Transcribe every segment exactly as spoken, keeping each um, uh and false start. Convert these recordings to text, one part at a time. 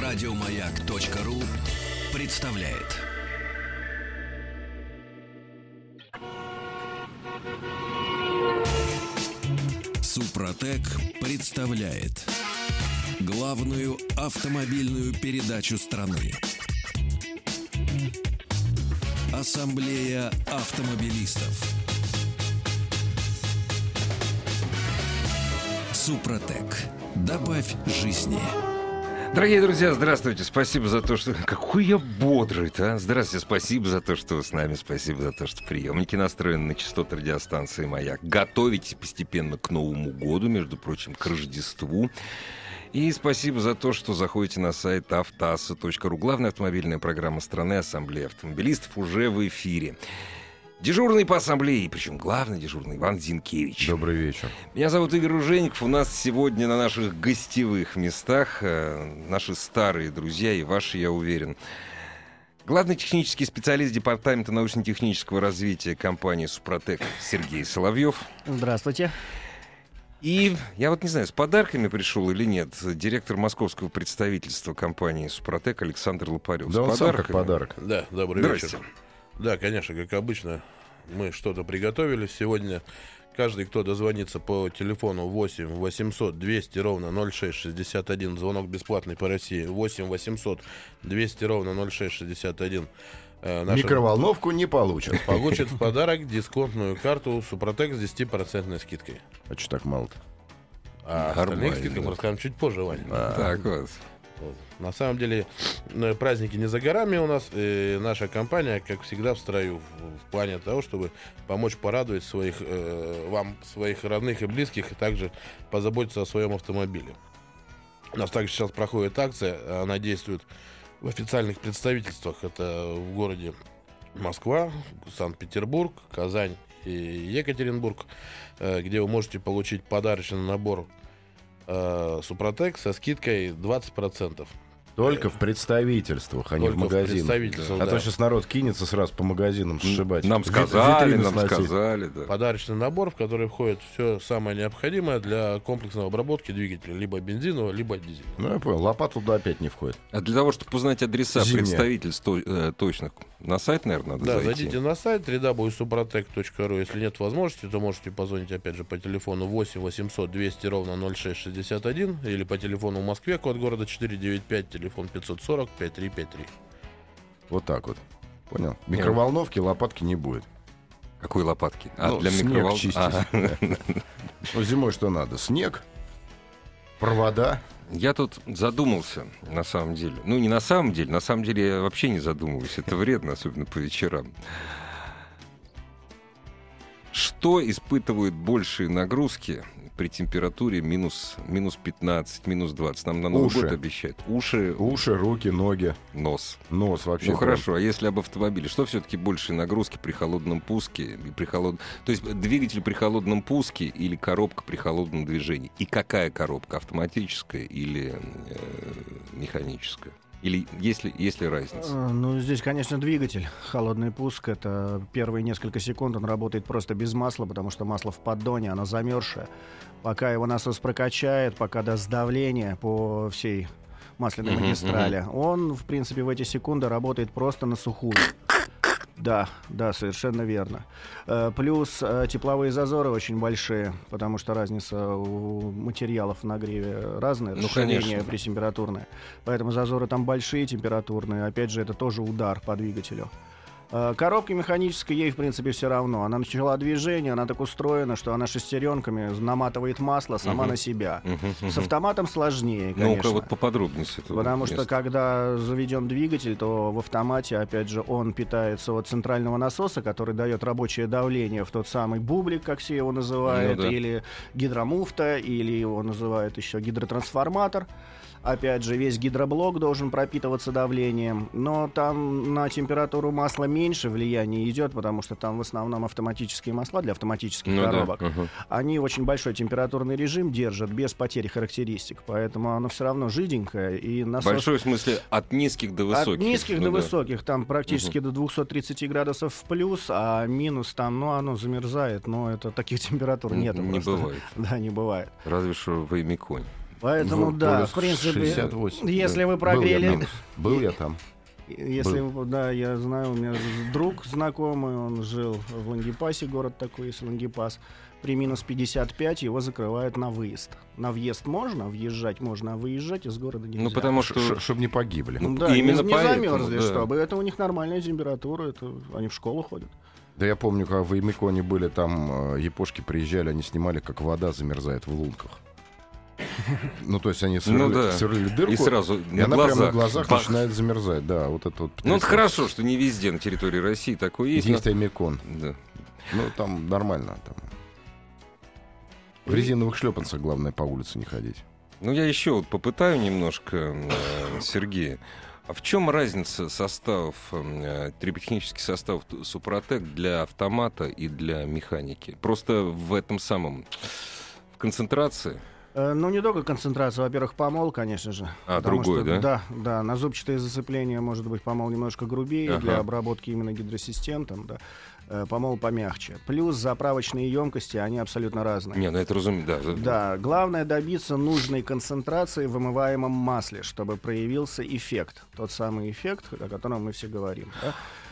Радиомаяк.ру представляет. Супротек представляет главную автомобильную передачу страны. Ассамблея автомобилистов. Супротек. Добавь жизни. Дорогие друзья, здравствуйте. Спасибо за то, что... Какой я бодрый-то, а? Здравствуйте, спасибо за то, что вы с нами. Спасибо за то, что приемники настроены на частоты радиостанции «Маяк». Готовитесь постепенно к Новому году, между прочим, к Рождеству. И спасибо за то, что заходите на сайт автоасса точка ру. Главная автомобильная программа страны «Ассамблея автомобилистов» уже в эфире. Дежурный по ассамблее, причем главный дежурный, Иван Зинкевич. Добрый вечер. Меня зовут Игорь Ужеников. У нас сегодня на наших гостевых местах э, наши старые друзья и ваши, я уверен. Главный технический специалист Департамента научно-технического развития компании «Супротек» Сергей Соловьев. Здравствуйте. И я вот не знаю, с подарками пришел или нет директор московского представительства компании «Супротек» Александр Лопарев. Да, он сам как подарок. Да, добрый вечер. Да, конечно, как обычно, мы что-то приготовили. Сегодня каждый, кто дозвонится по телефону восемь восемьсот двести ровно ноль шесть шестьдесят один, звонок бесплатный по России, восемь восемьсот двести ровно ноль шесть шестьдесят один. Э, наша... Микроволновку не получит. Получит в подарок дисконтную карту «Супротек» с десятипроцентной скидкой. А что так мало-то? А остальных скидках мы расскажем чуть позже, Ваня. А, так вот. Вот. На самом деле праздники не за горами у нас, и наша компания, как всегда, в строю в, в плане того, чтобы помочь порадовать своих, э, вам, своих родных и близких, и также позаботиться о своем автомобиле. У нас также сейчас проходит акция, она действует в официальных представительствах. Это в городе Москва, Санкт-Петербург, Казань и Екатеринбург, э, где вы можете получить подарочный набор «Супротек» со скидкой двадцать процентов. Только в представительствах, а не в магазинах. А да. то сейчас народ кинется сразу по магазинам сшибать. Нам сказали, нам сносить. сказали. Да. Подарочный набор, в который входит все самое необходимое для комплексной обработки двигателя. Либо бензинового, либо дизельного. Ну, я понял. Лопата туда опять не входит. А для того, чтобы узнать адреса Зимняя. представительств э, точных, на сайт, наверное, надо да, зайти? Да, зайдите на сайт дабл ю дабл ю дабл ю точка супротек точка ру. Если нет возможности, то можете позвонить, опять же, по телефону восемь восемьсот двести ровно ноль шесть шестьдесят один или по телефону в Москве, код города четыреста девяносто пять, телефон пятьсот сорок пятьдесят три пятьдесят три. Вот так вот. Понял. Микроволновки, лопатки не будет. Какой лопатки? А, ну, для микроволновки. Ага. Ну, зимой что надо? Снег, провода. Я тут задумался, на самом деле. Ну, не на самом деле. На самом деле я вообще не задумываюсь. Это вредно, особенно по вечерам. Что испытывают большие нагрузки при температуре минус, минус пятнадцать, минус двадцать? Нам на Новый год обещают. Уши, Уши, руки, ноги. Нос. Нос вообще. Ну, хорошо, а если об автомобиле? Что все-таки большие нагрузки при холодном пуске? И при холод... То есть двигатель при холодном пуске или коробка при холодном движении? И какая коробка? Автоматическая или э, механическая? Или есть ли, есть ли разница? Ну, здесь, конечно, двигатель. Холодный пуск — это первые несколько секунд он работает просто без масла, потому что масло в поддоне, оно замерзшее. Пока его насос прокачает, пока даст давление по всей масляной Uh-huh, магистрали, uh-huh. он, в принципе, в эти секунды работает просто на сухую. Да, да, совершенно верно. Плюс тепловые зазоры очень большие, потому что разница у материалов в нагреве разная, ну, расширение притемпературное. Поэтому зазоры там большие, температурные. Опять же, это тоже удар по двигателю. Коробка механическая, ей, в принципе, все равно. Она начала движение, она так устроена, что она шестеренками наматывает масло сама uh-huh. на себя. Uh-huh, uh-huh. С автоматом сложнее, конечно. Ну-ка, вот поподробнее. Потому места. Что, когда заведен двигатель, то в автомате, опять же, он питается от центрального насоса, который дает рабочее давление в тот самый бублик, как все его называют, ну, да. или гидромуфта, или его называют еще гидротрансформатор. Опять же, весь гидроблок должен пропитываться давлением, но там на температуру масла меньше влияния идет, потому что там в основном автоматические масла для автоматических ну, коробок. Да. Uh-huh. Они очень большой температурный режим держат без потери характеристик, поэтому оно все равно жиденькое. И насос... Большой в смысле от низких до высоких? От низких ну, до да. высоких, там практически uh-huh. до двухсот тридцати градусов в плюс, а минус там, ну, оно замерзает, но это таких температур нет. Не просто. бывает. Да, не бывает. Разве что в Эмиконе. Поэтому, В да, полюс в принципе, шестьдесят восемь, если да. вы прогрели... Был я там. Был я там. Если, вы- да, я знаю, у меня друг знакомый, он жил в Лангепасе, город такой есть, Лангепас. При минус пятьдесят пять его закрывают на выезд. На въезд можно, въезжать можно, а выезжать из города нельзя. Ну, потому что... Чтобы не погибли. Ну, да, именно не, не поэтому, замерзли, да. чтобы. Это у них нормальная температура, это они в школу ходят. Да я помню, когда в Ямиконе были, там э, япошки приезжали, они снимали, как вода замерзает в лунках. Ну, то есть они сверлили, Ну да. сверлили дырку, И сразу и на она прямо на глазах. глазах Бах. начинает замерзать. Да, вот это вот. Ну, это потрясающе. хорошо, что не везде на территории России такое есть. Есть но- Ямикон. Да. Ну, там нормально. Там. В резиновых шлепанцах главное по улице не ходить. Ну, я еще вот попытаю немножко, э, Сергея. А в чем разница составов, э, триботехнический состав Супротек для автомата и для механики? Просто в этом самом, в концентрации? Э, Ну, не только концентрация, во-первых, помол, конечно же. А, Потому другой, что, да? Да, да, на зубчатое зацепление может быть помол немножко грубее Ага. для обработки именно гидросистем, там, да. Э, Помол помягче. Плюс заправочные емкости, они абсолютно разные. Не, ну это разумеется, да. Да, главное добиться нужной концентрации в вымываемом масле, чтобы проявился эффект. Тот самый эффект, о котором мы все говорим. Да?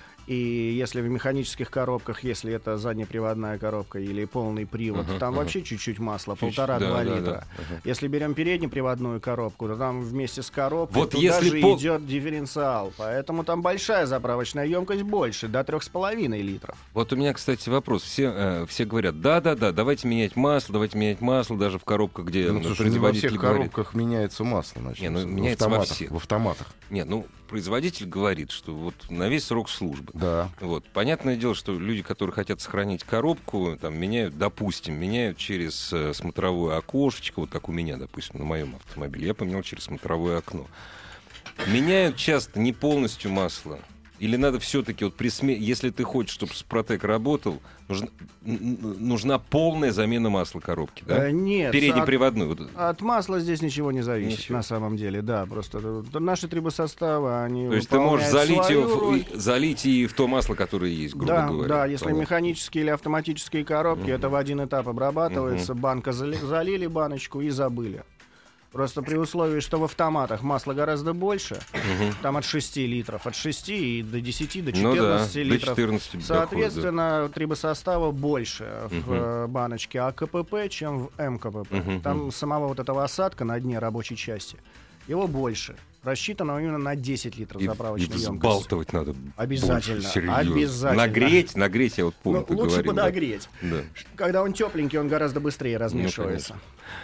И если в механических коробках, если это заднеприводная коробка или полный привод, Ага, там ага. вообще чуть-чуть масла, Чуть-чуть, полтора-два да, да, литра. да, ага. Если берем переднеприводную коробку, то там вместе с коробкой Вот туда если же пол- идет дифференциал. Поэтому там большая заправочная емкость больше, до трех с половиной литров. Вот у меня, кстати, вопрос. Все, э, все говорят, да-да-да, давайте менять масло, давайте менять масло, даже в коробках, где Ну, ну, слушай, не во производитель всех говорит... коробках меняется масло. Значит, Не, ну, в меняется во автоматах, всех. В автоматах. Нет, ну, производитель говорит, что вот на весь срок службы. Да. Вот. Понятное дело, что люди, которые хотят сохранить коробку, там, меняют, допустим, меняют через э, смотровое окошечко, вот как у меня, допустим, на моем автомобиле. Я поменял через смотровое окно. Меняют часто не полностью масло. Или надо все-таки, вот при сме... если ты хочешь, чтобы Супротек работал, нужна, н- н- нужна полная замена масла коробки, да? Э, нет, Переднеприводную. Вот. От масла здесь ничего не зависит, Ничего. на самом деле, да. Просто э, наши трибосоставы, они То есть ты можешь выполняют залить, свою его, в- роль. и- залить и в то масло, которое есть, грубо Да, говоря. да, если Понятно. механические или автоматические коробки, это в один этап обрабатывается, банка зали- залили баночку и забыли. Просто при условии, что в автоматах масла гораздо больше, там от шести литров, от шести и до десяти, до Ну да, четырнадцати до литров. четырнадцати доходит, да. Соответственно, трибосостава больше в Мгм. э, баночке АКПП, чем в МКПП. Мгм, Там мгм. самого вот этого осадка на дне рабочей части, его больше. Рассчитано именно на десять литров И, и заправочной емкости. взбалтывать надо. Обязательно, больше, серьезно. обязательно. Нагреть, нагреть, я вот помню, Ну, ты лучше говорил. да. подогреть. Да. Когда он тепленький, он гораздо быстрее размешивается.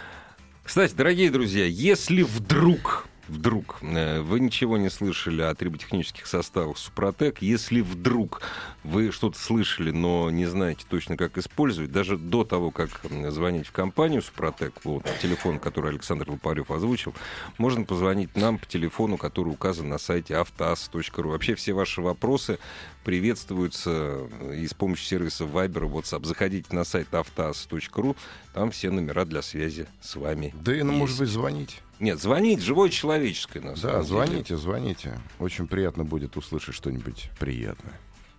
Кстати, дорогие друзья, если вдруг, вдруг э, вы ничего не слышали о триботехнических составах Супротек, если вдруг вы что-то слышали, но не знаете точно, как использовать, даже до того, как м, звонить в компанию Супротек, вот телефон, который Александр Лопарев озвучил, можно позвонить нам по телефону, который указан на сайте автоаз точка ру. Вообще все ваши вопросы приветствуются и с помощью сервиса Viber, WhatsApp. Заходите на сайт автоаз точка ру, там все номера для связи с вами. Да и, ну, есть. может быть, звонить. Нет, звонить, живое человеческое, на Да, самом деле. звоните, звоните. Очень приятно будет услышать что-нибудь приятное.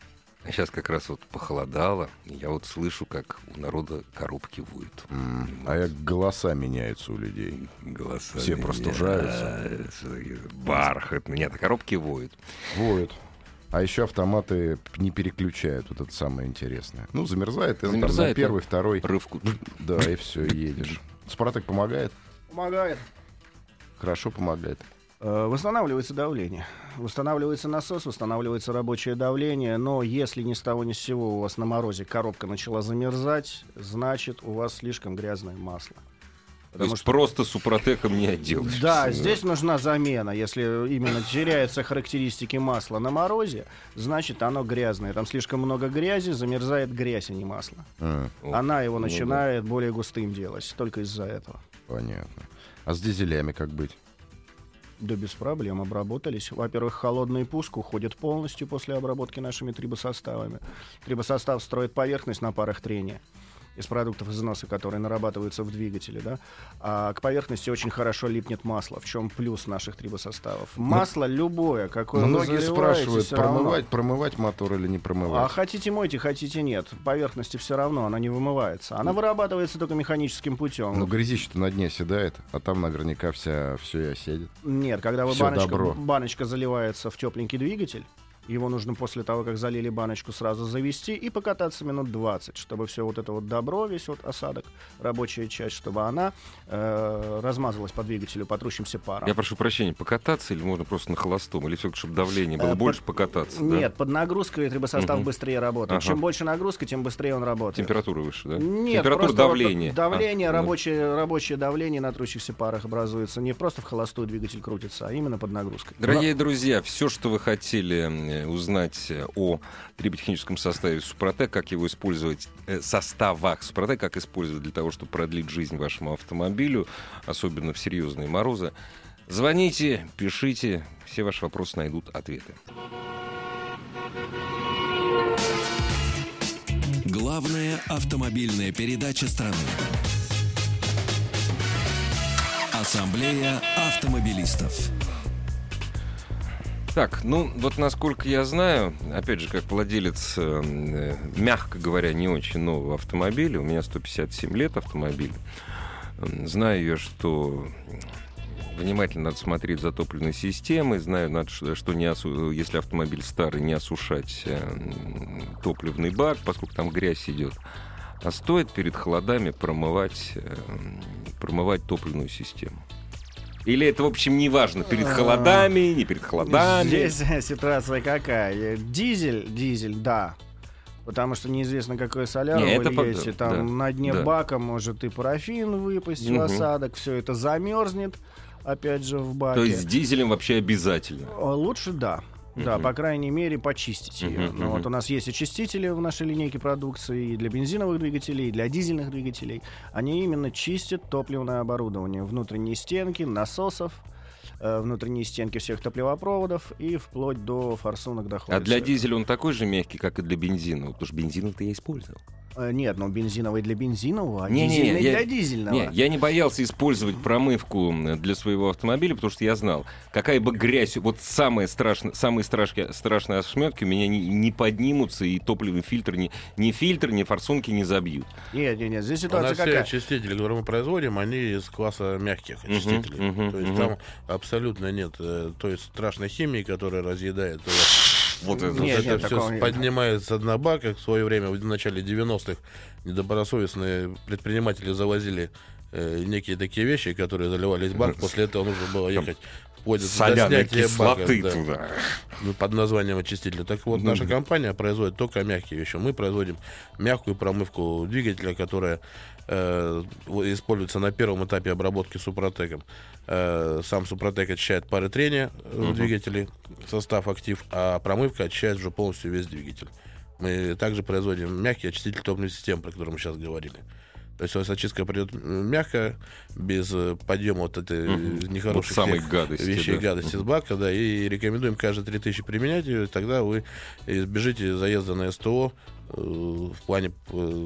А сейчас как раз вот похолодало, и я вот слышу, как у народа коробки воют. М, А як голоса меняются у людей. Голоса Все простужаются. меняются, бархатно. Нет, а коробки воют. Воют. А еще автоматы не переключают. Вот это самое интересное. Ну, замерзает, и он там на Замерзает, первый, второй. Рывку. Да, и все, едешь. Супротек помогает? Помогает. Хорошо помогает. Э, Восстанавливается давление. Восстанавливается насос, восстанавливается рабочее давление. Но если ни с того ни с сего у вас на морозе коробка начала замерзать, значит, у вас слишком грязное масло. То есть просто Супротеком не отделаешь. Да, здесь нужна замена. Если именно теряются характеристики масла на морозе, значит, оно грязное. Там слишком много грязи, замерзает грязь, а не масло. А, О, Она его ну да. начинает более густым делать. Только из-за этого. понятно. А с дизелями как быть? Да без проблем обработались. Во-первых, холодный пуск уходит полностью после обработки нашими трибосоставами. Трибосостав строит поверхность на парах трения. из продуктов износа, которые нарабатываются в двигателе, да, а к поверхности очень хорошо липнет масло. В чем плюс наших трибосоставов? Масло любое, какое Многие вы спрашивают, промывать, равно... промывать мотор или не промывать. А хотите мойте, хотите нет. Поверхности все равно, она не вымывается. Она вырабатывается только механическим путем. Но грязище-то на дне седает, а там наверняка вся все и оседет. Нет, когда вы Всё баночка, добро. баночка заливается в тепленький двигатель, его нужно после того, как залили баночку, сразу завести и покататься минут двадцать, чтобы все вот это вот добро, весь вот осадок, рабочая часть, чтобы она э, размазалась по двигателю, по трущимся парам. Я прошу прощения, покататься или можно просто на холостом? Или все-таки, чтобы давление было Э, больше, под... покататься? Нет, да? под нагрузкой трибосостав Мгм. быстрее работает. Ага. Чем больше нагрузка, тем быстрее он работает. Температура выше, да? Нет, Температура просто давления. вот давление, А, рабочее, рабочее давление на трущихся парах образуется. Не просто в холостую двигатель крутится, а именно под нагрузкой. Дорогие друзья, все, что вы хотели э, узнать о триботехническом составе Супротек, как его использовать, э, составах Супротек, как использовать для того, чтобы продлить жизнь вашему автомобилю, особенно в серьезные морозы, звоните, пишите, все ваши вопросы найдут ответы. Главная автомобильная передача страны. Ассамблея автомобилистов. Так, ну вот насколько я знаю, опять же, как владелец, э, мягко говоря, не очень нового автомобиля, у меня сто пятьдесят семь лет автомобиля, э, знаю я, что внимательно надо смотреть за топливной системой, знаю, надо, что не осу... если автомобиль старый, не осушать э, топливный бак, поскольку там грязь идет. А стоит перед холодами промывать, э, промывать топливную систему. Или это, в общем, не важно, перед холодами, не перед холодами? Здесь ситуация какая? Дизель, дизель, да. Потому что неизвестно, какое соляр Не, вы это по- льете. Там да, на дне да. бака может и парафин выпасть в Мгм. осадок. Все это замерзнет, опять же, в баке. То есть с дизелем вообще обязательно? А, Лучше да. Да, Мгм. по крайней мере, почистить ее. Мгм, Ну, мгм. вот у нас есть очистители в нашей линейке продукции и для бензиновых двигателей, и для дизельных двигателей. Они именно чистят топливное оборудование, внутренние стенки, насосов, э, внутренние стенки всех топливопроводов и вплоть до форсунок доходит. А для всё. дизеля он такой же мягкий, как и для бензина? Потому что бензин-то я использовал. Э, Нет, ну бензиновый для бензинового, а Не-не-не, дизельный я- для дизельного. Не, я не боялся использовать промывку для своего автомобиля, потому что я знал, какая бы грязь, вот самые страшные, самые страшные, страшные ошметки у меня не, не поднимутся, и топливный фильтр, ни, ни фильтр, ни форсунки не забьют. Нет, нет, нет, здесь У нас ситуация все какая? очистители, которые мы производим, они из класса мягких очистителей. мгм, То есть мгм. там абсолютно нет э, той страшной химии, которая разъедает. э, Вот это. Вот Нет, это нет, все такого нет. поднимается с дна бака. В свое время, в начале девяностых, недобросовестные предприниматели завозили э, некие такие вещи, которые заливались в бак. После этого нужно было ехать вплоть до Соляной снятия кислоты бака, да, туда. ну, под названием очистителя. Так вот, Ну, наша да. компания производит только мягкие вещи. Мы производим мягкую промывку двигателя, которая э, вот используется на первом этапе обработки супротеком. Э, сам супротек очищает пары трения э, в Мгм. двигателе, состав актив, а промывка очищает уже полностью весь двигатель. Мы также производим мягкий очиститель топливной системы, про который мы сейчас говорили. То есть у вас очистка придет мягко, без э, подъема вот этой Мгм. нехороших Вот самой всех гадости, вещей, да. гадости с бака, да, и рекомендуем каждые три тысячи применять ее, тогда вы избежите заезда на СТО э, в плане э,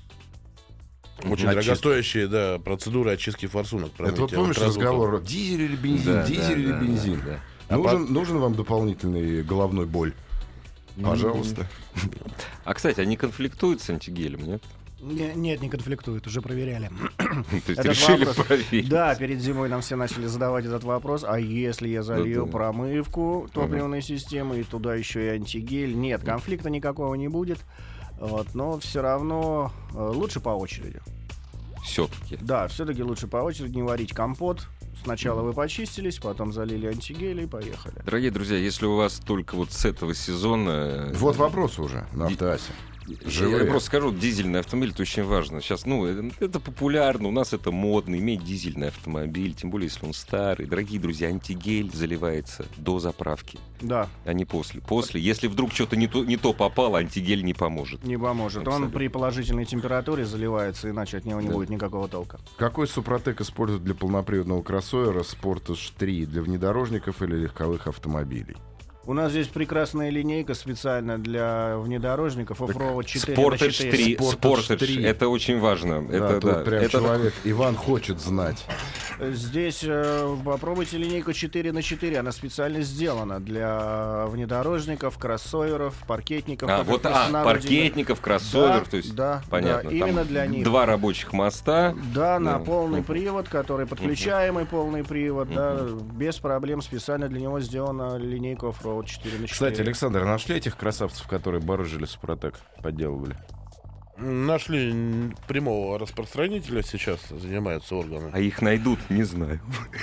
очень Очистки. дорогостоящие, да, процедуры очистки форсунок. Это промытия, вот помнишь ультразвука. разговор, дизель или бензин, Да, дизель да, или да, бензин? да, да. Нужен, нужен вам дополнительный головной боль? Пожалуйста. А, кстати, они конфликтуют с антигелем, нет? Не- Нет, не конфликтует, уже проверяли. То есть Этот решили вопрос- проверить. Да, перед зимой нам все начали задавать этот вопрос. А если я залью Да-да. промывку топливной системы и туда еще и антигель? Нет, конфликта никакого не будет. Вот, но все равно э, лучше по очереди. Все-таки. Да, все-таки лучше по очереди не варить компот. Сначала вы почистились, потом залили антигель и поехали. Дорогие друзья, если у вас только вот с этого сезона... Вот вопрос уже на автоасе. Я Живые. просто скажу, дизельный автомобиль — это очень важно. Сейчас, ну, это, это популярно, у нас это модно, иметь дизельный автомобиль, тем более, если он старый. Дорогие друзья, антигель заливается до заправки, Да, а не после. После, если вдруг что-то не то, не то попало, антигель не поможет. не поможет. Он Абсолютно. при положительной температуре заливается, иначе от него не Да. будет никакого толка. Какой Супротек используют для полноприводного кроссовера Sportage три для внедорожников или легковых автомобилей? У нас здесь прекрасная линейка специально для внедорожников оффроуд четыре на Sportage четыре. три. Sportage Sportage. Это очень важно. Да, это, тут да, прям это... человек. Иван хочет знать. Здесь э, попробуйте линейку четыре на четыре. Она специально сделана для внедорожников, кроссоверов, паркетников. А, как вот, их а, просто паркетников, кроссоверов, Да, то есть, да, понятно. да, там именно для них. Два рабочих моста. Да, на Да. полный Мгм. привод, который подключаемый полный привод, Мгм. да, без проблем специально для него сделана линейка оффроуд четыре на четыре. Кстати, Александр, нашли этих красавцев, которые барыжили Супротек, подделывали? Нашли м, прямого распространителя, сейчас занимаются органы А их найдут, не знаю.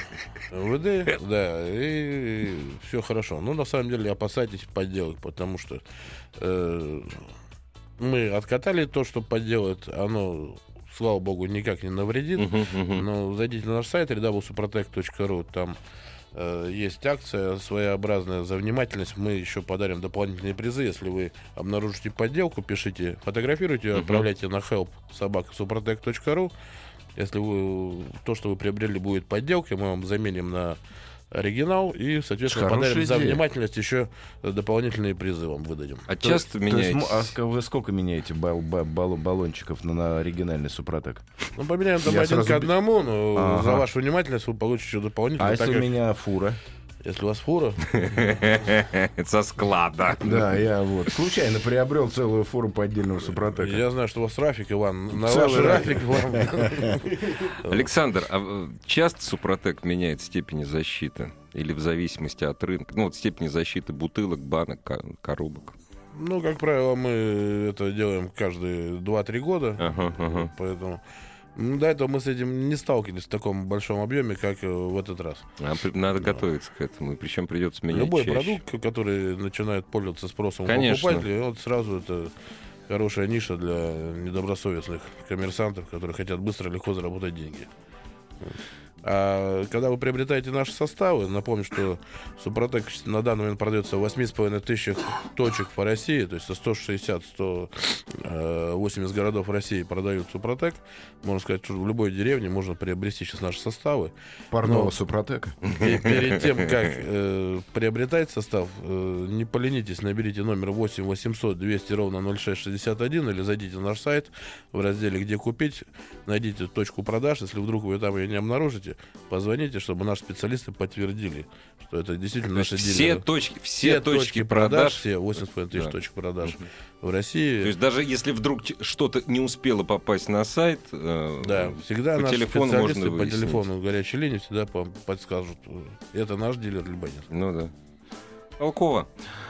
МВД, да, и все хорошо. Ну, на самом деле, опасайтесь подделок, потому что э, мы откатали то, что подделают, оно, слава богу, никак не навредит. Мгм, мгм. Но зайдите на наш сайт дабл ю дабл ю дабл ю точка супротек точка ру, там э, есть акция своеобразная за внимательность. Мы еще подарим дополнительные призы. Если вы обнаружите подделку, пишите, фотографируйте, Мгм. отправляйте на help собака супротек точка ру. Если вы, то, что вы приобрели, будет подделкой, мы вам заменим на оригинал и, соответственно, Хорошая подарим за идея. внимательность еще дополнительные призы вам выдадим. А То часто есть- то есть, меняете? м- а ска- вы сколько меняете бал- ба- бал- баллончиков на, на оригинальный Супротек? Ну, поменяем там Я один сразу к би- одному, но Ага. за вашу внимательность вы получите еще дополнительно. А так если у как- меня фура? если у вас фура, Со склада. Да, я вот случайно приобрел целую фуру поддельного Супротека. я знаю, что у вас Рафик, Иван. На Целый ваш Рафик. Рафик вам... Александр, а э, часто Супротек меняет степени защиты? Или в зависимости от рынка? Ну, вот степени защиты бутылок, банок, ко- коробок. Ну, как правило, мы это делаем каждые два-три года. Ага, ага. Поэтому м, до этого мы с этим не сталкивались в таком большом объеме, как э, в этот раз. А при- надо готовиться к этому. И причем придется менять Любой чаще. продукт, который начинает пользоваться спросом у Конечно. покупателей, вот сразу это хорошая ниша для недобросовестных коммерсантов, которые хотят быстро и легко заработать деньги. А когда вы приобретаете наши составы, напомню, что Супротек на данный момент продается в восемь с половиной тысячах точек по России, то есть сто шестьдесят - сто восемьдесят городов России продают Супротек. Можно сказать, что в любой деревне можно приобрести сейчас наши составы. Парного Ну, Супротека. И перед тем, как э, приобретать состав, э, не поленитесь, наберите номер восемь восемьсот двести ровно ноль шесть шестьдесят один или зайдите на наш сайт в разделе «Где купить», найдите точку продаж. Если вдруг вы там ее не обнаружите, позвоните, чтобы наши специалисты подтвердили, что это действительно То есть наши все дилеры. точки, все точки продаж. все восемь с половиной тысяч Да. точек продаж Мгм. в России. То есть даже если вдруг ч- что-то не успело попасть на сайт, э, Да, всегда по наши телефону специалисты можно по выяснить. телефону горячей линии всегда по- подскажут, э, это наш дилер либо нет. Ну да. Толково.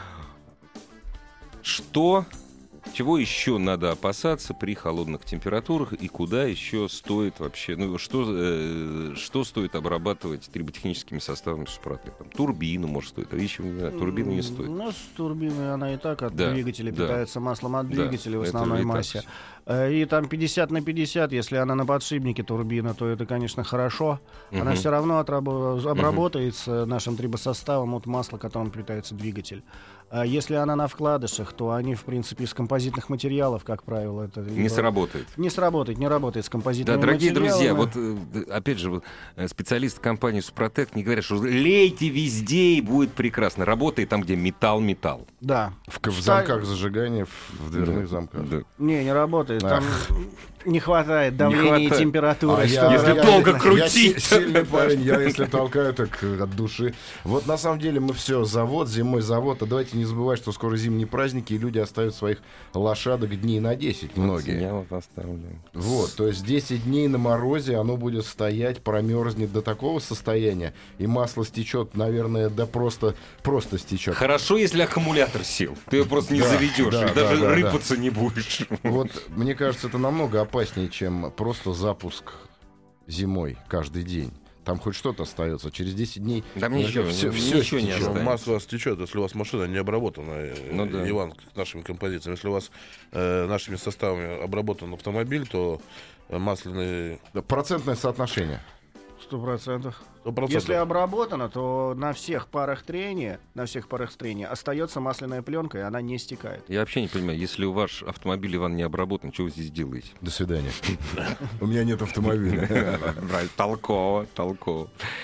Что, чего еще надо опасаться при холодных температурах и куда еще стоит вообще, ну что, э, что стоит обрабатывать триботехническими составами Супротек? Там, турбину, может, стоит, а еще не знаю, турбину не стоит. Ну, с турбиной она и так от Да, двигателя да. питается маслом от Да, двигателя в это основной и так массе. всё. Э, И там пятьдесят на пятьдесят, если она на подшипнике турбина, то это, конечно, хорошо. Она Мгм. все равно отрабо- обработается нашим трибосоставом от масла, которым питается двигатель. А если она на вкладышах, то они, в принципе, из композитных материалов, как правило, это Не либо- сработает. Не сработает, не работает с Да, композитными дорогие друзья, материалами. вот э, опять же, вот, э, специалисты компании Супротек не говорят, что лейте везде и будет прекрасно. Работает там, где металл-металл. Да. В, к- в Ста- замках зажигания, в, в дверных замках. Да. Не, не работает. Ах. Там не хватает давления и хватает. температуры. А что я- Если я- долго я крутить. си- сильный парень, я если толкаю, так э, от души. Вот на самом деле мы все, завод, зимой завод. А давайте не забывать, что скоро зимние праздники, и люди оставят своих лошадок дней на десять, многие. Я вот оставлю. Вот, то есть десять дней на морозе оно будет стоять, промерзнет до такого состояния, и масло стечет, наверное, да просто, просто стечет. Хорошо, если аккумулятор сел. Ты его просто не Да, заведешь, да, и даже да, да, рыпаться не будешь. Вот, мне кажется, это намного опаснее, чем просто запуск зимой каждый день. Там хоть что-то остается. Через десять дней Да ну, ничего, всё- ну, всё ничего не стечёт. Ну, останется. масло стечет, если у вас машина не обработана, э, Ну да. Иван, к нашими композициями. Если у вас э, нашими составами обработан автомобиль, то э, масляный Да, процентное соотношение. Сто процентов. сто процентов. Если обработано, то на всех парах трения, на всех парах трения остается масляная пленка, и она не стекает. Я вообще не понимаю, если у ваш автомобиль, Иван, не обработан, что вы здесь делаете? До свидания. У меня нет автомобиля. Толково, толково.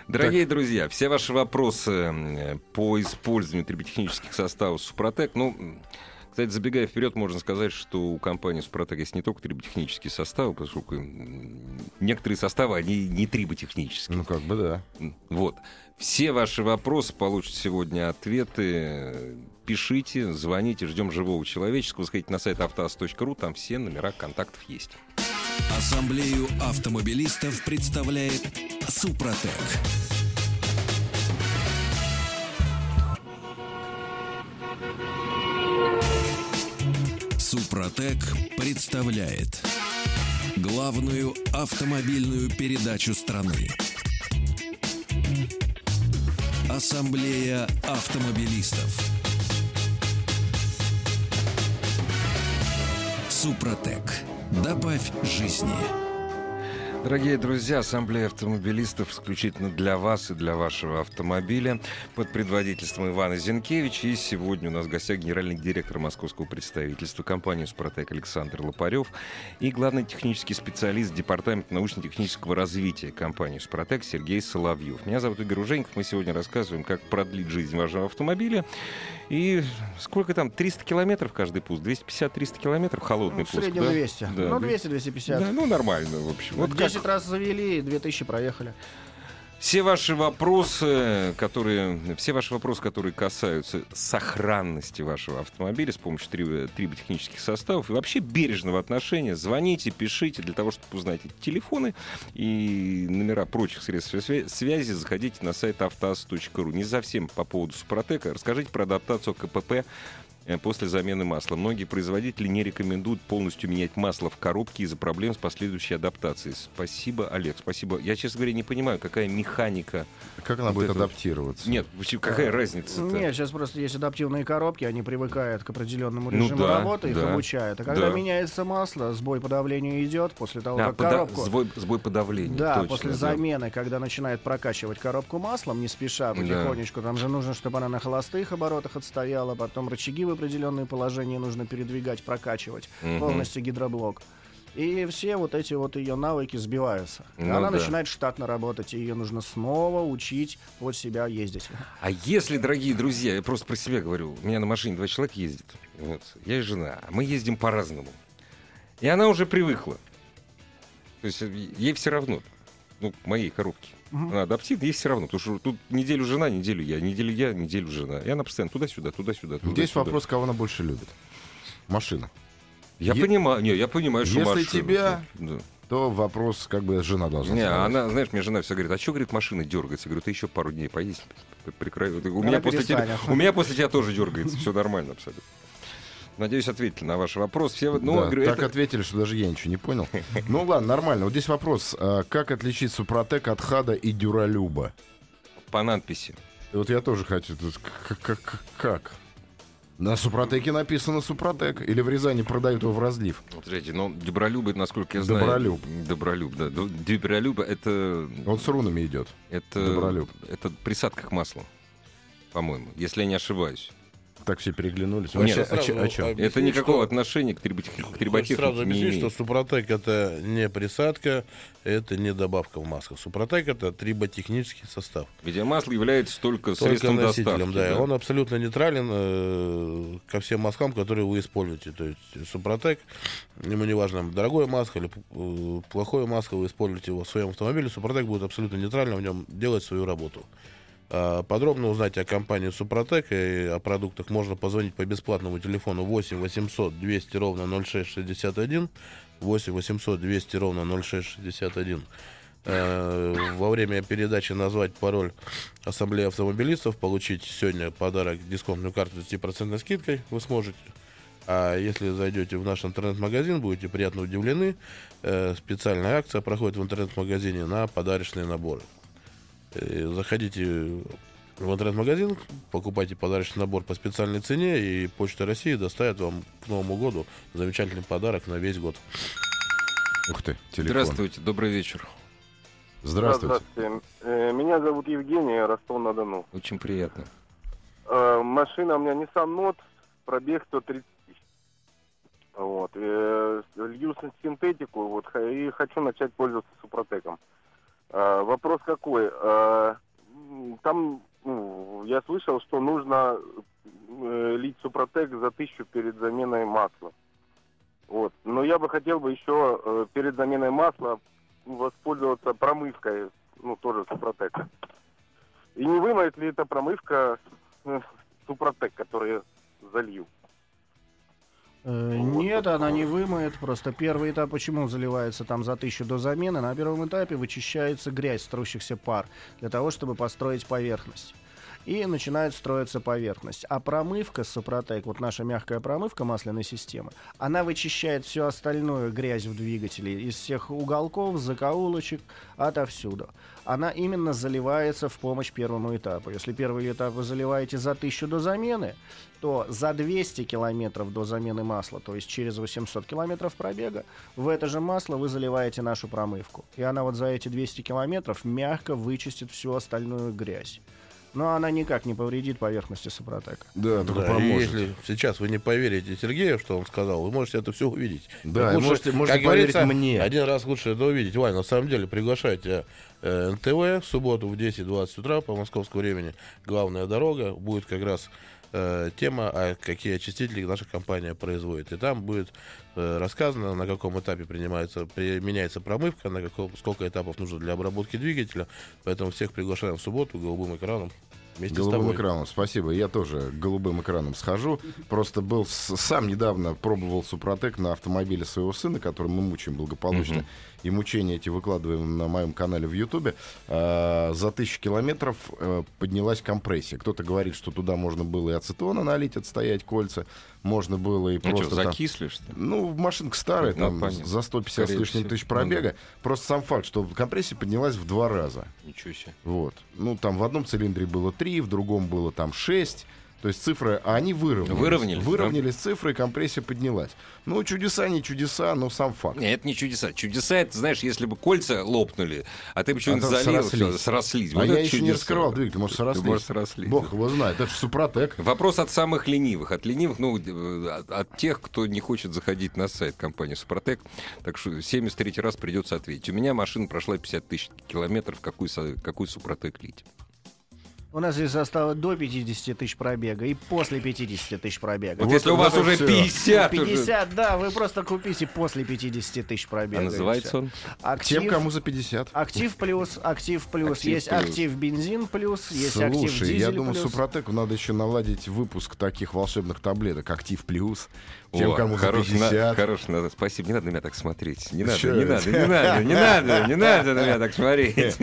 Дорогие Так. друзья, все ваши вопросы по использованию триботехнических составов Супротек, ну, кстати, забегая вперед, можно сказать, что у компании Супротек есть не только триботехнические составы, поскольку некоторые составы, они не триботехнические. Ну, как бы да. Вот. Все ваши вопросы получат сегодня ответы. Пишите, звоните, ждем живого человеческого. Заходите на сайт автоаз точка ру, там все номера контактов есть. Ассамблею автомобилистов представляет Супротек. Супротек представляет главную автомобильную передачу страны. Ассамблея автомобилистов. Супротек. Добавь жизни. Дорогие друзья, Ассамблея автомобилистов исключительно для вас и для вашего автомобиля под предводительством Ивана Зинкевича. И сегодня у нас в гостях генеральный директор московского представительства компании «Супротек» Александр Лопарев и главный технический специалист Департамента научно-технического развития компании «Супротек» Сергей Соловьев. Меня зовут Игорь Ужеников. Мы сегодня рассказываем, как продлить жизнь вашего автомобиля. И сколько там? триста километров каждый пуск? двести пятьдесят - триста километров холодный Ну, в пуск, среднем да? двести. Да. Ну, двести - двести пятьдесят. Да, ну, нормально, в общем. Вот как- десять раз завели, две тысячи проехали. Все ваши вопросы, которые, все ваши вопросы, которые касаются сохранности вашего автомобиля с помощью три- триботехнических составов и вообще бережного отношения, звоните, пишите для того, чтобы узнать эти телефоны и номера прочих средств свя- связи, заходите на сайт автоаз точка ру. Не совсем по поводу Супротека. Расскажите про адаптацию КПП после замены масла. Многие производители не рекомендуют полностью менять масло в коробке из-за проблем с последующей адаптацией. Спасибо, Олег, спасибо. Я, честно говоря, не понимаю, какая механика. Как она Вот будет это- адаптироваться? Нет, вообще, какая разница-то? Нет, сейчас просто есть адаптивные коробки, они привыкают к определенному Ну режиму да, работы, их да, обучают. А когда да. меняется масло, сбой по давлению идет после того, А, как пода- коробку... сбой, сбой по давлению. Да, точно, после да. замены, когда начинает прокачивать коробку маслом, не спеша, потихонечку, там же нужно, чтобы она на холостых оборотах отстояла, потом рычаги в определенные положения нужно передвигать, прокачивать, Мгм. полностью гидроблок. И все вот эти вот ее навыки сбиваются. И Ну она да. начинает штатно работать, и ее нужно снова учить под себя ездить. А если, дорогие друзья, я просто про себя говорю, у меня на машине два человека ездят, вот, я и жена, а мы ездим по-разному. И она уже привыкла. То есть ей все равно, ну, моей коробке. Мгм. Она адаптивна, ей все равно. Потому что тут неделю жена, неделю я, неделю я, неделю жена. И она постоянно туда-сюда, туда-сюда, туда-сюда. Здесь вопрос, кого она больше любит. Машина. Я Е- понимаю, не, я понимаю, что Если машина, тебя- да. То вопрос, как бы, жена должна Не, задавать. она, знаешь, мне жена все говорит, а что, говорит, машина дергается? Я говорю, ты еще пару дней поесть, прекрай. У Она меня, после тебя, перестанет. у меня после тебя тоже дергается, все нормально абсолютно. Надеюсь, ответили на ваш вопрос. Все, ну, Да, говорю, так это- ответили, что даже я ничего не понял. Ну ладно, нормально. Вот здесь вопрос. а как отличить Супротек от Хада и Дюралюба? по надписи. И вот я тоже хочу. тут к- к- к- Как? На Супротеке написано Супротек. Или в Рязани продают его в разлив. Вот, Подождите, но Добролюб, это, насколько я знаю... Добролюб. Добролюб, да. Д- Добролюб, это... Он с рунами идет. Это, Добролюб. это присадка к маслу, по-моему, если я не ошибаюсь. Так все переглянулись. Нет, Вообще, сразу о чё- о чём? объяснить, Это никакого что- отношения к триботех- к Хочу триботехнике сразу не объяснить, что имеет. Супротек это не присадка, это не добавка в масло. Супротек это триботехнический состав. Ведь масло является только, Только средством носителем, доставки. да. да. Он абсолютно нейтрален э, ко всем маслам, которые вы используете. То есть Супротек, ему не важно, дорогое масло или э, плохое масло, вы используете его в своем автомобиле, Супротек будет абсолютно нейтрально в нем делать свою работу. А подробно узнать о компании Супротек и о продуктах можно позвонить по бесплатному телефону восемь восемьсот двести ровно ноль шесть шестьдесят один, восемь восемьсот двести ровно ноль шесть шестьдесят один. Э, Во время передачи назвать пароль Ассамблеи автомобилистов, получить сегодня подарок, дисконтную карту с десять процентов скидкой вы сможете. А если зайдете в наш интернет-магазин, будете приятно удивлены. Э, Специальная акция проходит в интернет-магазине на подарочные наборы. Э, Заходите в интернет-магазин, покупайте подарочный набор по специальной цене, и Почта России доставит вам к Новому году замечательный подарок на весь год. Ух ты, телефон. Здравствуйте, добрый вечер. Здравствуйте. Здравствуйте. Э, Меня зовут Евгений, Ростов-на-Дону. Очень приятно. Э, Машина у меня Nissan Note, пробег сто тридцать тысяч. Вот. Э, Лью синтетику вот, х- и хочу начать пользоваться Супротеком. А, вопрос какой? А, там, ну, я слышал, что нужно э, лить Супротек за тысячу перед заменой масла. Вот. Но я бы хотел бы еще э, перед заменой масла воспользоваться промывкой, ну, тоже Супротека. И не вымоет ли эта промывка э, Супротек, который я залью? Э, Нет, она не вымоет. Просто первый этап, почему заливается там за тысячу до замены, на первом этапе вычищается грязь с трущихся пар для того, чтобы построить поверхность. И начинает строиться поверхность. А промывка Супротек, вот наша мягкая промывка масляной системы, она вычищает всю остальную грязь в двигателе из всех уголков, закоулочек, отовсюду. Она именно заливается в помощь первому этапу. Если первый этап вы заливаете за тысячу до замены, то за двести километров до замены масла, то есть через восемьсот километров пробега, в это же масло вы заливаете нашу промывку. И она вот за эти двести километров мягко вычистит всю остальную грязь. Но она никак не повредит поверхности Супротека. Да, только да, поможет. Если сейчас вы не поверите Сергею, что он сказал, вы можете это все увидеть. Да, лучше, можете, можете как поверить говорится, мне. Один раз лучше это увидеть. Вань, на самом деле, приглашайте э, эн тэ вэ в субботу в десять-двадцать утра по московскому времени. Главная дорога. Будет как раз э, тема, а какие очистители наша компания производит. И там будет э, рассказано, на каком этапе принимается, применяется промывка, на каком, сколько этапов нужно для обработки двигателя. Поэтому всех приглашаем в субботу голубым экраном. Голубым экраном, спасибо. Я тоже голубым экраном схожу. Просто был с, сам недавно пробовал Супротек на автомобиле своего сына, который мы мучаем благополучно. Uh-huh. И мучения эти выкладываем на моем канале в Ютубе. А, за тысячу километров а, поднялась компрессия. Кто-то говорит, что туда можно было и ацетона налить, отстоять кольца. Можно было и ну просто... Что, закисли, что ли? Ну, машинка старая, ну, там за сто пятьдесят с лишним тысяч пробега. Ну, да. Просто сам факт, что компрессия поднялась в два раза. Ничего себе. Вот. Ну, там в одном цилиндре было три, в другом было там шесть. То есть цифры, а они выровнялись. Выровнялись, Выровнялись да? цифры, и компрессия поднялась. Ну, чудеса, не чудеса, но сам факт. Нет, это не чудеса. Чудеса, это, знаешь, если бы кольца лопнули, а ты бы что-нибудь а залил, срослись. Все, срослись. А вот я еще чудеса. Не раскрывал двигатель, может, срослись. Может, срослись. Бог его знает, это же Супротек. Вопрос от самых ленивых. От ленивых, ну, от, от тех, кто не хочет заходить на сайт компании Супротек. Так что семьдесят третий раз придется ответить. У меня машина прошла пятьдесят тысяч километров. Какой, какой Супротек лить? У нас здесь осталось до пятидесяти тысяч пробега и после пятидесяти тысяч пробега. Вот, вот если у вас уже пятьдесят... пятьдесят, уже... да, вы просто купите после пятидесяти тысяч пробега. А называется он? Актив, Тем, кому за пятьдесят. Актив плюс, актив плюс. Актив есть плюс. Актив бензин плюс, есть Слушай, актив дизель плюс. я думаю, Супротеку надо еще наладить выпуск таких волшебных таблеток. Актив плюс. Тем, О, кому хорош, за пятьдесят. На, хорош, надо, спасибо. Не надо на меня так смотреть. Не надо, не надо, не надо, не надо, не надо на меня так смотреть.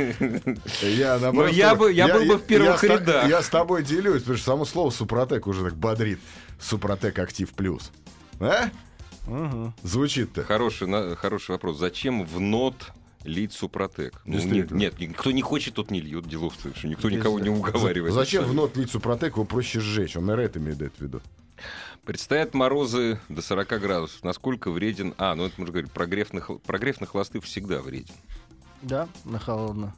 Я, Но я, бы, я, я был бы в первых я, рядах. Я с тобой делюсь, потому что само слово Супротек уже так бодрит. Супротек Актив Плюс. А? Угу. Звучит-то. Хороший, на, хороший вопрос. Зачем в нот лить Супротек? Ну, не, нет, никто не хочет, тот не льет. Дело в том, что никто никого не уговаривает. Зачем в нот лить Супротек? Его проще сжечь. Он, наверное, это имеет в виду. Предстоят морозы до сорока градусов. Насколько вреден... А, ну это можно говорить, прогрев на, прогрев на холосты всегда вреден. Да, на холодно.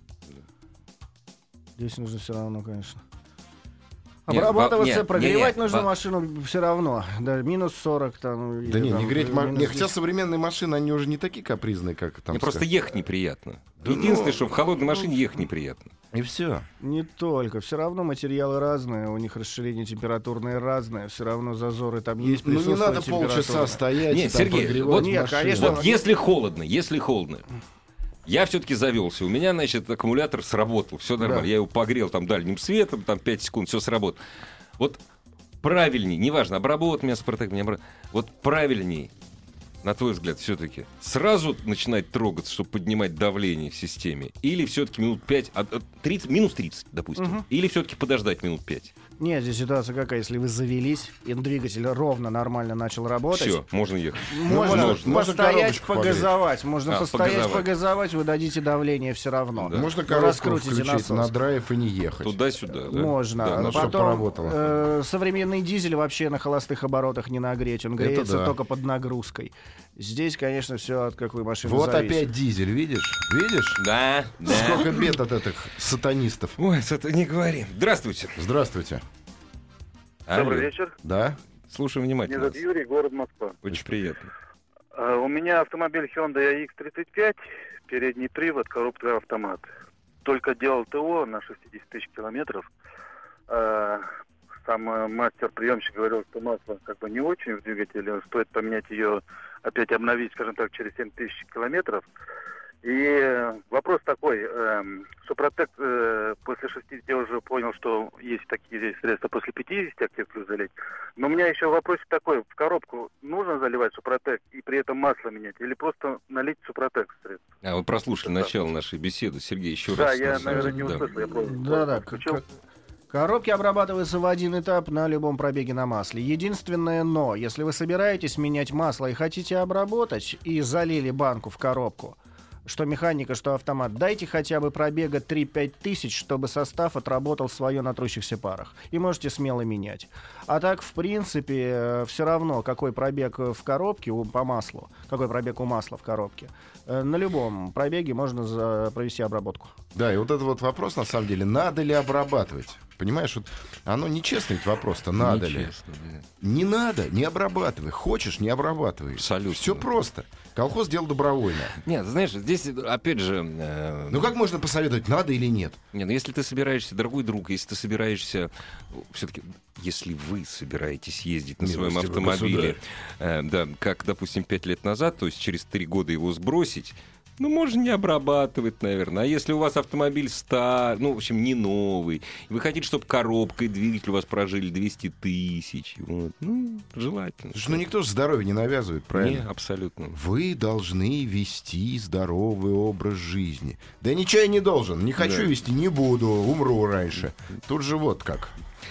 Здесь нужно все равно, конечно. Обрабатываться, нет, прогревать нет, нужно ба... машину все равно. Да, минус сорок там. Да не, там, не греть машину. Минус... Хотя современные машины, они уже не такие капризные, как там. Мне просто ехать неприятно. Да, единственное, ну... что в холодной машине ехать неприятно. И все. Не только. Все равно материалы разные, у них расширение температурное разное, все равно зазоры там есть. Ну не надо полчаса стоять. Нет, и Сергей, вот, нет, конечно, вот если холодно, если холодно. Я все-таки завелся. У меня, значит, аккумулятор сработал. Все нормально. Да. Я его погрел там дальним светом, там пять секунд, все сработало. Вот правильней, неважно, обработать меня Супротек, не обработать. Вот правильней, на твой взгляд, все-таки сразу начинать трогаться, чтобы поднимать давление в системе, или все-таки минут пять, тридцать, минус тридцать, допустим, угу. Или все-таки подождать минут пять? Нет, здесь ситуация какая, если вы завелись, и двигатель ровно, нормально начал работать. Все, можно ехать. Можно, можно, можно постоять, погазовать. Погреть. Можно а, постоять, погазовать. погазовать, вы дадите давление все равно. Да. Можно коробку включить на драйв и не ехать. Туда-сюда, да? Можно. Да, потом э, современный дизель вообще на холостых оборотах не нагреть. Он греется да. только под нагрузкой. Здесь, конечно, все от какой машины вот зависит. Опять дизель, видишь? Видишь? Да, да. Сколько бед от этих сатанистов. Ой, это не говори. Здравствуйте. Здравствуйте. Добрый Алло. вечер. Да. Слушаем внимательно. Меня зовут Юрий, город Москва. Очень приятно. Uh, у меня автомобиль Hyundai икс тридцать пять, передний привод, коробка автомат. Только делал ТО на шестьдесят тысяч километров. Э, сам э, мастер-приемщик говорил, что масло как бы не очень в двигателе. Стоит поменять ее, опять обновить, скажем так, через семь тысяч километров. И вопрос такой. Э, Супротек э, после шестидесяти я уже понял, что есть такие средства после пятидесяти актив плюс залить. Но у меня еще вопрос такой. В коробку нужно заливать Супротек и при этом масло менять? Или просто налить Супротек средства? А вы прослушали начало нашей беседы. Сергей, еще да, раз. Да, я, наверное, не да. услышал. Я просто Да-да. Коробки обрабатываются в один этап на любом пробеге на масле. Единственное но, если вы собираетесь менять масло и хотите обработать, и залили банку в коробку, что механика, что автомат, дайте хотя бы пробега три-пять тысяч, чтобы состав отработал свое на трущихся парах. И можете смело менять. А так, в принципе, все равно, какой пробег в коробке у, по маслу, какой пробег у масла в коробке, на любом пробеге можно за, провести обработку. Да, и вот этот вот вопрос, на самом деле, надо ли обрабатывать? Понимаешь, вот оно нечестный вопрос-то, надо ли? Да. Не надо, не обрабатывай. Хочешь, не обрабатывай. Абсолютно. Все просто. Колхоз делал добровольно. Нет, знаешь, здесь, опять же... Э... Ну как можно посоветовать, надо или нет? Нет, ну если ты собираешься, дорогой друг, если ты собираешься... Все-таки, если вы собираетесь ездить на своем автомобиле, э, да, как, допустим, пять лет назад, то есть через три года его сбросить, ну, можно не обрабатывать, наверное. А если у вас автомобиль стар, ну, в общем, не новый, вы хотите, чтобы коробка и двигатель у вас прожили двести тысяч, вот, ну, желательно. Слушай, ну, никто же здоровье не навязывает, правильно? Не, абсолютно. Вы должны вести здоровый образ жизни. Да ничего я не должен. Не хочу да. вести, не буду, умру раньше. Тут же вот как.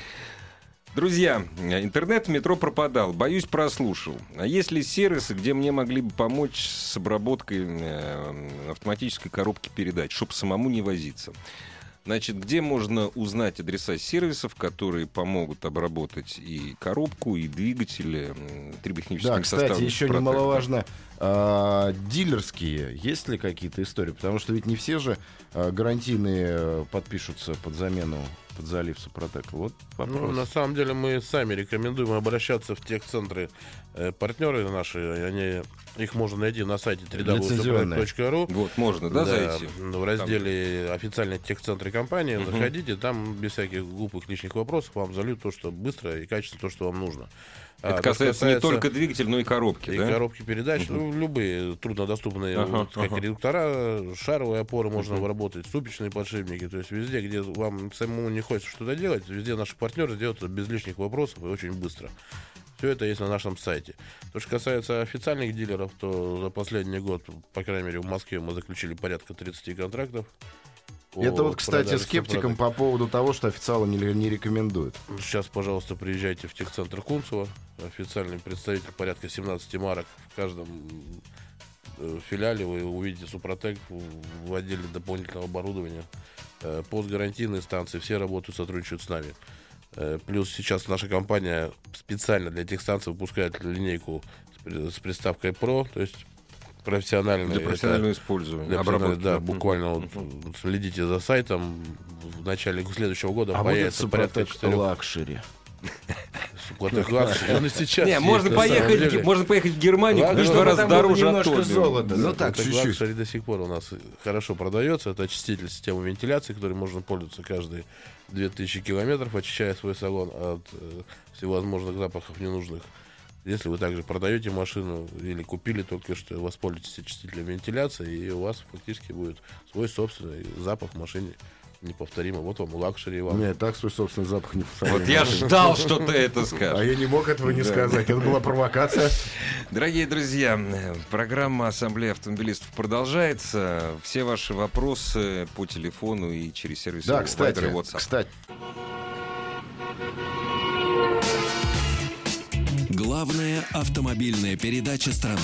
Друзья, интернет в метро пропадал, боюсь, прослушал. А есть ли сервисы, где мне могли бы помочь с обработкой э, автоматической коробки передач, чтобы самому не возиться? Значит, где можно узнать адреса сервисов, которые помогут обработать и коробку, и двигатели триботехническим да, составом? кстати, еще немаловажно, а, дилерские, есть ли какие-то истории? Потому что ведь не все же а, гарантийные подпишутся под замену, под залив Супротека. Вот вопрос. Ну, на самом деле мы сами рекомендуем обращаться в техцентры э, партнеры наши. Они, их можно найти на сайте дабл ю дабл ю дабл ю точка супротек точка ру. Вот, можно, да, да зайти? В разделе там «Официальные техцентры компании» uh-huh. заходите, там без всяких глупых лишних вопросов вам зальют то, что быстро и качественно, то, что вам нужно. Это а, касается, касается не только двигателя, но и коробки, и да? И коробки передач, uh-huh. ну, любые труднодоступные, uh-huh, вот, как uh-huh. редуктора, шаровые опоры uh-huh. можно обработать, ступичные подшипники, то есть везде, где вам самому не хочется что-то делать, везде наши партнеры делают это без лишних вопросов и очень быстро. Все это есть на нашем сайте. То, что касается официальных дилеров, то за последний год, по крайней мере, в Москве мы заключили порядка тридцать контрактов. Это вот, кстати, скептикам по поводу того, что официалы не, не рекомендуют. Сейчас, пожалуйста, приезжайте в техцентр Кунцево. Официальный представитель, порядка семнадцать марок. В каждом филиале вы увидите Супротек в отделе дополнительного оборудования. Постгарантийные станции, все работают, сотрудничают с нами. Плюс сейчас наша компания специально для техстанций выпускает линейку с приставкой Pro, то есть профессиональное, для профессионального использования. Для профессионального, да, буквально вот, следите за сайтом. В начале следующего года а появится порядка четырех лакшери. Супротек лакшери. Он и сейчас не, можно поехать, можно поехать в Германию, купить в два раза дороже немножко золота. Ну так, чуть-чуть. Лакшери до сих пор у нас хорошо продается. Это очиститель системы вентиляции, которой можно пользоваться каждые две тысячи километров, очищая свой салон от всевозможных запахов ненужных. Если вы также продаете машину или купили только что, воспользуйтесь очистителем вентиляции, и у вас фактически будет свой собственный запах в машине неповторимый. Вот вам лакшери. Вам. Нет, так свой собственный запах неповторимый. Вот я ждал, что ты это скажешь. А я не мог этого не сказать. Это была провокация. Дорогие друзья, программа «Ассамблея автомобилистов» продолжается. Все ваши вопросы по телефону и через сервис да, кстати, Viber и WhatsApp. Кстати. Главная автомобильная передача страны.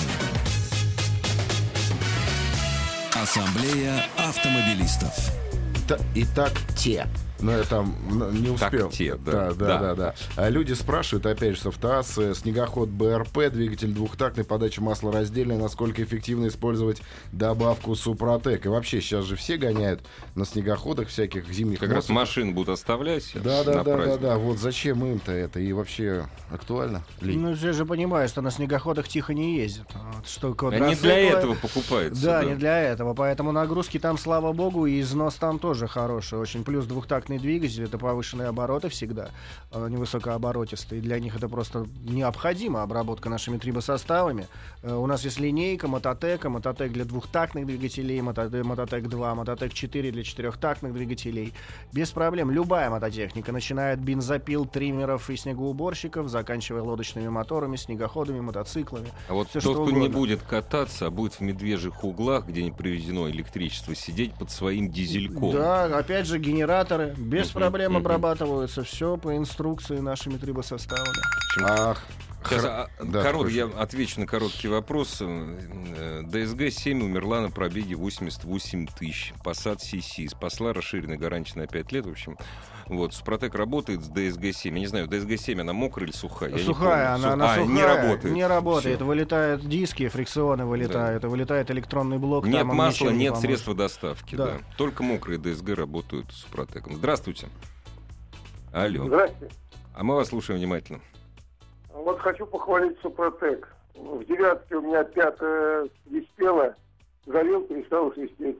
Ассамблея автомобилистов. Итак, те. Но я там не успел. Так те, да. Да, да, Да. да, да. А люди спрашивают, опять же, с АвтоАЗ, э, снегоход БРП, двигатель двухтактный, подача масла раздельная, насколько эффективно использовать добавку Супротек. И вообще, сейчас же все гоняют на снегоходах всяких зимних. Как раз машин будут оставлять. Да, да, на да, да, праздник. да. Вот зачем им-то это? И вообще актуально? Лень? Ну, ты же понимаешь, что на снегоходах тихо не ездят. Вот, что Они квадроциклы- для этого покупаются. Да, не для этого. Поэтому нагрузки там, слава богу, и износ там тоже хороший. Очень плюс двухтактный двигатель, это повышенные обороты всегда, э, невысокооборотистые. Для них это просто необходима обработка нашими трибосоставами. Э, у нас есть линейка Мототека, Мототек для двухтактных двигателей, Мото- Мототек два, Мототек четыре для четырехтактных двигателей. Без проблем. Любая мототехника, начиная от бензопил, триммеров и снегоуборщиков, заканчивая лодочными моторами, снегоходами, мотоциклами. А вот Всё, тот, что кто не угодно. будет кататься, а будет в медвежьих углах, где не привезено электричество, сидеть под своим дизельком. Да, опять же, генераторы без Мгм, проблем мгм. обрабатываются. Все по инструкции нашими трибосоставами. Ах, Сейчас, хр- а, да, корот- хорошо. я отвечу на короткий вопрос. Э, ДСГ семь умерла на пробеге восемьдесят восемь тысяч. Passat си си. Спасла расширенная гарантия на пять лет. В общем, вот, Супротек работает с ДСГ семь. Я не знаю, ДСГ семь, она мокрая или сухая? Я не Сухая, помню. она, Су- она а, сухая, не работает. Не работает. Всё. Вылетают диски, фрикционы вылетают, и вылетает электронный блок. Нет там им масла, ничего не нет поможет. средства доставки. Да. Да. Только мокрые ДСГ работают с Супротеком. Здравствуйте. Алло. Здравствуйте. А мы вас слушаем внимательно. Вот хочу похвалить Супротек. В девятке у меня пятая свистела, залил, перестал свистеть.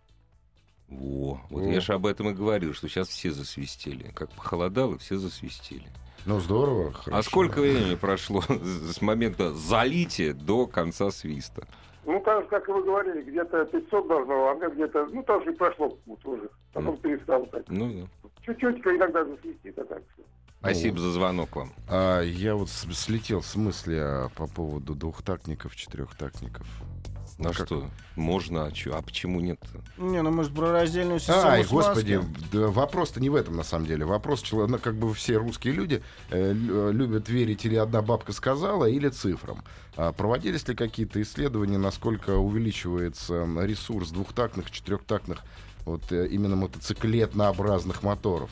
Во, вот О. я же об этом и говорил, что сейчас все засвистели. Как похолодало, все засвистели. Ну, здорово. Хорошо. А сколько времени прошло с момента залития до конца свиста? Ну, так же, как и вы говорили, где-то пятьсот должно, а мне где-то, ну, там же и прошло вот уже. Потом перестал так. Ну, да. Чуть-чуть иногда засвистит, а так все. Спасибо за звонок вам. А, я вот с- слетел с мысли а, по поводу двухтактников, четырехтактников. Ну как- что, можно, а, чё, а почему нет-то? Не, ну может про раздельную систему Ай, смазки? господи, да, вопрос-то не в этом на самом деле. Вопрос, чело- ну, как бы все русские люди э, лю- любят верить или одна бабка сказала, или цифрам. А проводились ли какие-то исследования, насколько увеличивается ресурс двухтактных, четырехтактных, вот э, именно мотоциклетнообразных моторов?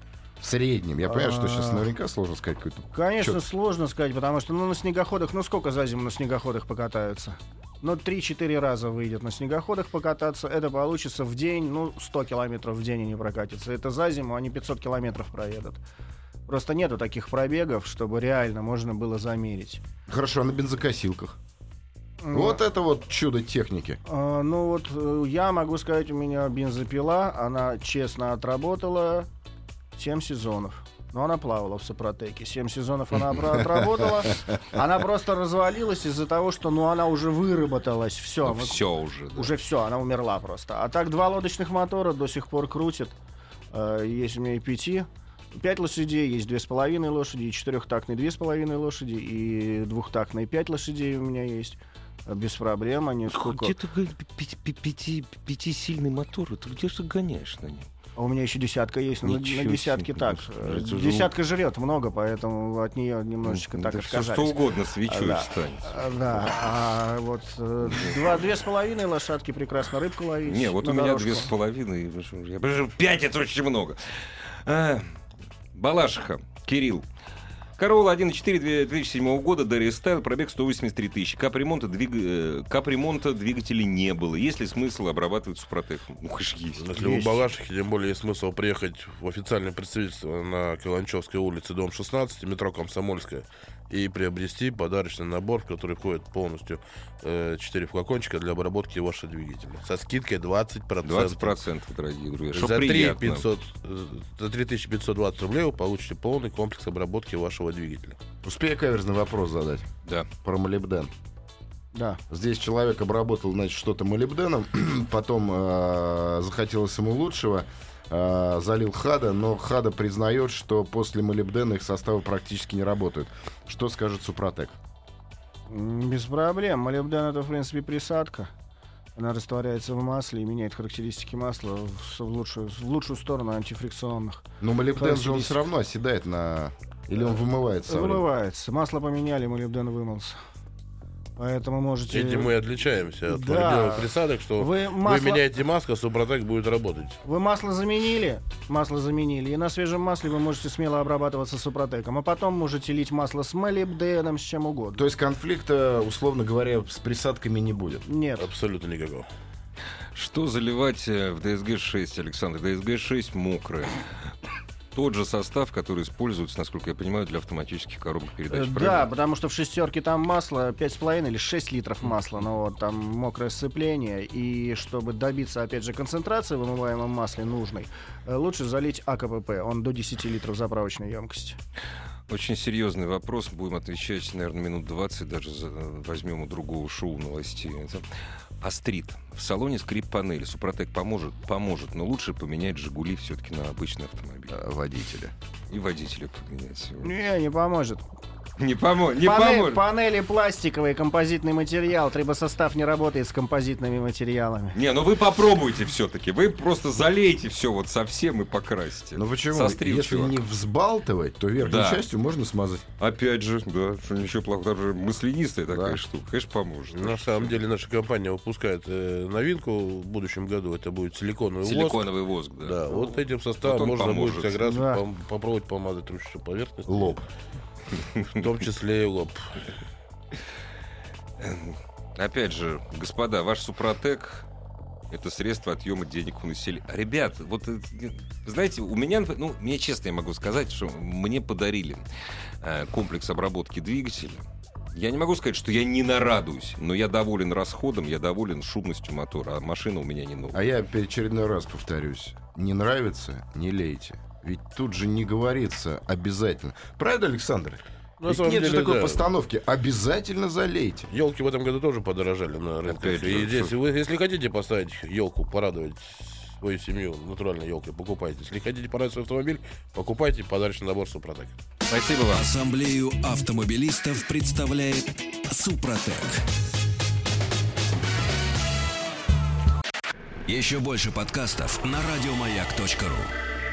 В среднем. Я понимаю, что сейчас А. наверняка сложно сказать какой-то. Конечно, Чё- сложно сказать, потому что ну, на снегоходах, ну сколько за зиму на снегоходах покатаются? Ну, три-четыре раза выйдет на снегоходах покататься, это получится в день, ну, сто километров в день они прокатятся. Это за зиму они пятьсот километров проедут. Просто нету таких пробегов, чтобы реально можно было замерить. Хорошо, а на бензокосилках. Ну, Вот это вот чудо техники. а, ну вот э, я могу сказать, у меня бензопила, она честно отработала семь сезонов. Но она плавала в Супротеке. семь сезонов она обра- отработала. Она просто развалилась из-за того, что ну, она уже выработалась. Все. Ну, все уже. Да. Уже все, она умерла просто. А так два лодочных мотора до сих пор крутит. Э, Есть у меня и пяти. Пять лошадей, есть две с половиной лошади, и четырехтактные две с половиной лошади, и двухтактные пять лошадей у меня есть. Э, Без проблем они сколько... Где ты говоришь, пяти- пяти- пяти- пятисильный мотор? Ты где же ты гоняешь на нем? А у меня еще десятка есть, но на, Ничего на десятке себе, так. господи, Э, это же Десятка жрет много, поэтому от нее немножечко так Да все откажались. что угодно свечой Да. встанет. А, Да, а вот э, два, две с половиной лошадки прекрасно рыбку ловить. Не, вот на у меня дорожку. две с половиной. Я понимаю, пять это очень много. А, Балашиха, Кирилл. Королла один и четыре две тысячи седьмого года, Дарья Стайл, пробег сто восемьдесят три тысячи. Капремонта, двиг... э, капремонта двигателей не было. Есть ли смысл обрабатывать Супротеком? Ну, конечно, есть. Если у Балашихи, тем более есть смысл приехать в официальное представительство на Каланчевской улице, дом шестнадцать, метро Комсомольская, и приобрести подарочный набор, в который входит полностью э, четыре флакончика для обработки вашего двигателя. Со скидкой двадцать процентов. двадцать процентов, дорогие друзья. Что За, три приятно. пятьсот, э, за три тысячи пятьсот двадцать рублей вы получите полный комплекс обработки вашего двигателя. Успею каверзный вопрос задать Да. про молибден. Да. Здесь человек обработал, значит, что-то молибденом, потом э, захотелось ему лучшего, э, залил хада, но хада признает, что после молибдена их составы практически не работают. Что скажет Супротек? М, Без проблем. Молибден — это, в принципе, присадка. Она растворяется в масле и меняет характеристики масла в, в лучшую, в лучшую сторону антифрикционных. Но молибден же он Характеристики. все равно оседает на... Или он вымывается? со временем? Вымывается. Масло поменяли, молибден вымылся. Поэтому можете... Этим мы отличаемся от Да. любимых присадок, что Вы вы, масло- меняете масло, Супротек будет работать. Вы масло заменили, масло заменили, и на свежем масле вы можете смело обрабатываться Супротеком, а потом можете лить масло с молибденом, с чем угодно. То есть конфликта, условно говоря, с присадками не будет? Нет. Абсолютно никакого. Что заливать э, в ди эс джи шесть, Александр? ди эс джи шесть мокрый. Тот же состав, который используется, насколько я понимаю, для автоматических коробок передач. Э, Да, правильно? потому что в шестерке там масло пять с половиной или шесть литров масла, но вот там мокрое сцепление, и чтобы добиться, опять же, концентрации в вымываемом масле нужной, э, лучше залить АКПП, он до десяти литров заправочной емкости. Очень серьезный вопрос. Будем отвечать, наверное, минут двадцать. Даже за- возьмем у другого шоу новостей. Это Астрит. В салоне скрип-панели. Супротек поможет? Поможет. Но лучше поменять «Жигули» все-таки на обычный автомобиль. А, водителя. И водителя поменять. Не, не поможет. Не, помо- не Панель- поможет. Панели пластиковые, композитный материал, трибосостав не работает с композитными материалами. Не, ну вы попробуйте все-таки. Вы просто залейте все вот совсем и покрасьте. Ну почему? Сострил, Если чувак. не взбалтывать, то верхней Да. частью можно смазать. Опять же, да, что ничего плохого. Даже маслянистая такая Да. штука. Конечно, поможет. На самом деле наша компания выпускает э, новинку в будущем году. Это будет силиконовый воск. Силиконовый воск, да. Да, вот этим составом Вот он можно поможет. будет как раз Да. пом- попробовать помазать ручную поверхность. Лоб. В том числе и лоб. Опять же, господа, ваш Супротек — это средство отъема денег у населения. Ребят, вот, э, знаете, у меня, ну, мне честно я могу сказать, что мне подарили э, комплекс обработки двигателя. Я не могу сказать, что я не нарадуюсь, но я доволен расходом, я доволен шумностью мотора, а машина у меня не новая. А я опять очередной раз повторюсь. Не нравится — не лейте. Ведь тут же не говорится обязательно. Правда, Александр? На Ведь самом нет же деле, такой да. постановки. Обязательно залейте. Елки в этом году тоже подорожали на рынке. Опять же, И здесь что- вы, если хотите поставить елку, порадовать свою семью натуральной елкой, покупайте. Если хотите порадовать свой автомобиль, покупайте подарочный набор Супротек. Спасибо вам. Ассамблею автомобилистов представляет Супротек. Еще больше подкастов на радиомаяк точка ру.